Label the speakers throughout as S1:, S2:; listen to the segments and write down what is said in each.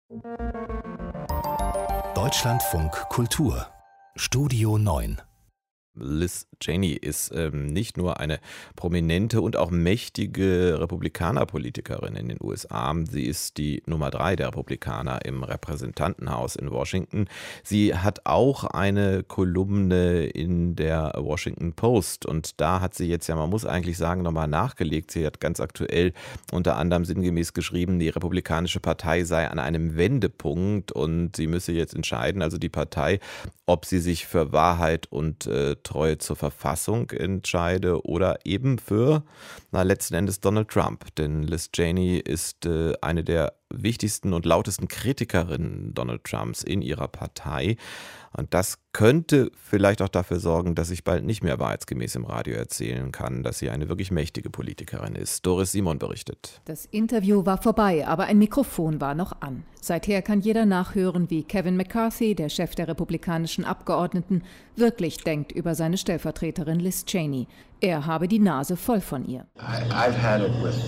S1: Deutschlandfunk Kultur Studio 9.
S2: Liz Cheney ist nicht nur eine prominente und auch mächtige Republikanerpolitikerin in den USA. Sie ist die Nummer 3 der Republikaner im Repräsentantenhaus in Washington. Sie hat auch eine Kolumne in der Washington Post und da hat sie jetzt ja, man muss eigentlich sagen, nochmal nachgelegt. Sie hat ganz aktuell unter anderem sinngemäß geschrieben, die Republikanische Partei sei an einem Wendepunkt und sie müsse jetzt entscheiden, also die Partei, ob sie sich für Wahrheit und Treue zur Verfassung entscheide oder eben für, letzten Endes Donald Trump. Denn Liz Cheney ist eine der wichtigsten und lautesten Kritikerinnen Donald Trumps in ihrer Partei. Und das könnte vielleicht auch dafür sorgen, dass ich bald nicht mehr wahrheitsgemäß im Radio erzählen kann, dass sie eine wirklich mächtige Politikerin ist. Doris Simon berichtet.
S3: Das Interview war vorbei, aber ein Mikrofon war noch an. Seither kann jeder nachhören, wie Kevin McCarthy, der Chef der republikanischen Abgeordneten, wirklich denkt über seine Stellvertreterin Liz Cheney. Er habe die Nase voll von ihr.
S4: I've had it with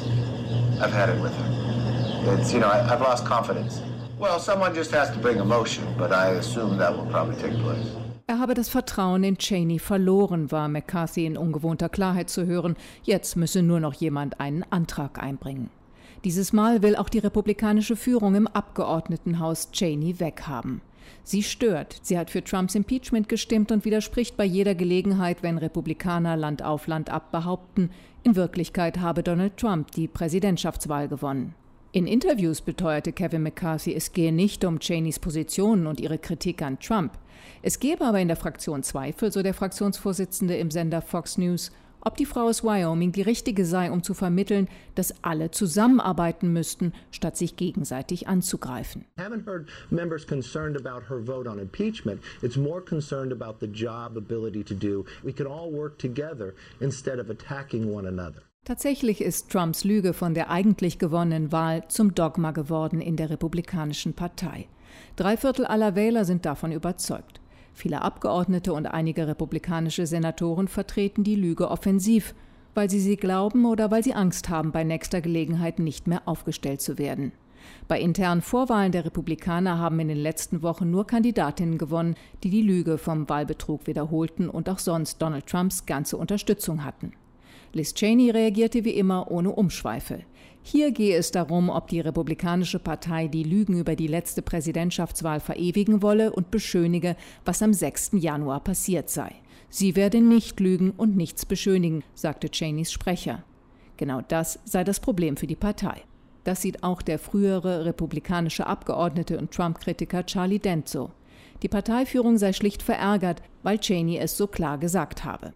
S4: her. It's, I've lost confidence. Well, someone just has to bring emotion, but I assume that will probably take place.
S3: Er habe das Vertrauen in Cheney verloren, war McCarthy in ungewohnter Klarheit zu hören. Jetzt müsse nur noch jemand einen Antrag einbringen. Dieses Mal will auch die republikanische Führung im Abgeordnetenhaus Cheney weghaben. Sie stört. Sie hat für Trumps Impeachment gestimmt und widerspricht bei jeder Gelegenheit, wenn Republikaner Land auf Land ab behaupten, in Wirklichkeit habe Donald Trump die Präsidentschaftswahl gewonnen. In Interviews beteuerte Kevin McCarthy, es gehe nicht um Cheneys Positionen und ihre Kritik an Trump. Es gebe aber in der Fraktion Zweifel, so der Fraktionsvorsitzende im Sender Fox News, ob die Frau aus Wyoming die richtige sei, um zu vermitteln, dass alle zusammenarbeiten müssten, statt sich gegenseitig anzugreifen.
S5: I haven't heard members concerned about her vote on impeachment. It's more concerned about the job ability to do. We can all work together instead of attacking one another.
S3: Tatsächlich ist Trumps Lüge von der eigentlich gewonnenen Wahl zum Dogma geworden in der Republikanischen Partei. 3/4 aller Wähler sind davon überzeugt. Viele Abgeordnete und einige republikanische Senatoren vertreten die Lüge offensiv, weil sie glauben oder weil sie Angst haben, bei nächster Gelegenheit nicht mehr aufgestellt zu werden. Bei internen Vorwahlen der Republikaner haben in den letzten Wochen nur Kandidatinnen gewonnen, die die Lüge vom Wahlbetrug wiederholten und auch sonst Donald Trumps ganze Unterstützung hatten. Liz Cheney reagierte wie immer ohne Umschweife. Hier gehe es darum, ob die Republikanische Partei die Lügen über die letzte Präsidentschaftswahl verewigen wolle und beschönige, was am 6. Januar passiert sei. Sie werde nicht lügen und nichts beschönigen, sagte Cheneys Sprecher. Genau das sei das Problem für die Partei. Das sieht auch der frühere republikanische Abgeordnete und Trump-Kritiker Charlie Dent so. Die Parteiführung sei schlicht verärgert, weil Cheney es so klar gesagt habe.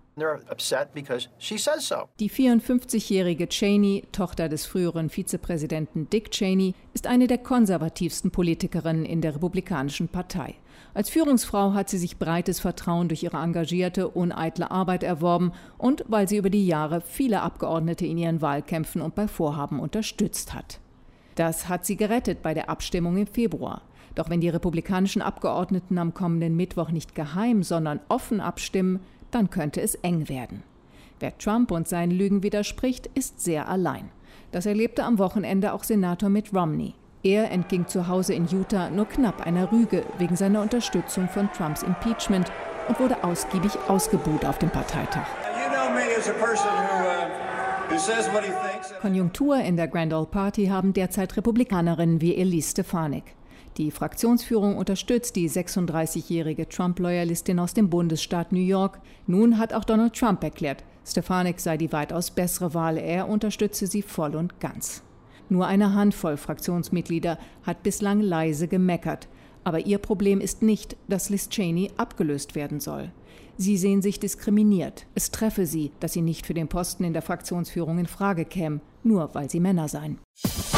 S3: Die 54-jährige Cheney, Tochter des früheren Vizepräsidenten Dick Cheney, ist eine der konservativsten Politikerinnen in der Republikanischen Partei. Als Führungsfrau hat sie sich breites Vertrauen durch ihre engagierte, uneitle Arbeit erworben und weil sie über die Jahre viele Abgeordnete in ihren Wahlkämpfen und bei Vorhaben unterstützt hat. Das hat sie gerettet bei der Abstimmung im Februar. Doch wenn die republikanischen Abgeordneten am kommenden Mittwoch nicht geheim, sondern offen abstimmen, dann könnte es eng werden. Wer Trump und seinen Lügen widerspricht, ist sehr allein. Das erlebte am Wochenende auch Senator Mitt Romney. Er entging zu Hause in Utah nur knapp einer Rüge wegen seiner Unterstützung von Trumps Impeachment und wurde ausgiebig ausgebuht auf dem Parteitag. Konjunktur in der Grand Ole Party haben derzeit Republikanerinnen wie Elise Stefanik. Die Fraktionsführung unterstützt die 36-jährige Trump-Loyalistin aus dem Bundesstaat New York. Nun hat auch Donald Trump erklärt, Stefanik sei die weitaus bessere Wahl. Er unterstütze sie voll und ganz. Nur eine Handvoll Fraktionsmitglieder hat bislang leise gemeckert. Aber ihr Problem ist nicht, dass Liz Cheney abgelöst werden soll. Sie sehen sich diskriminiert. Es treffe sie, dass sie nicht für den Posten in der Fraktionsführung in Frage kämen, nur weil sie Männer seien.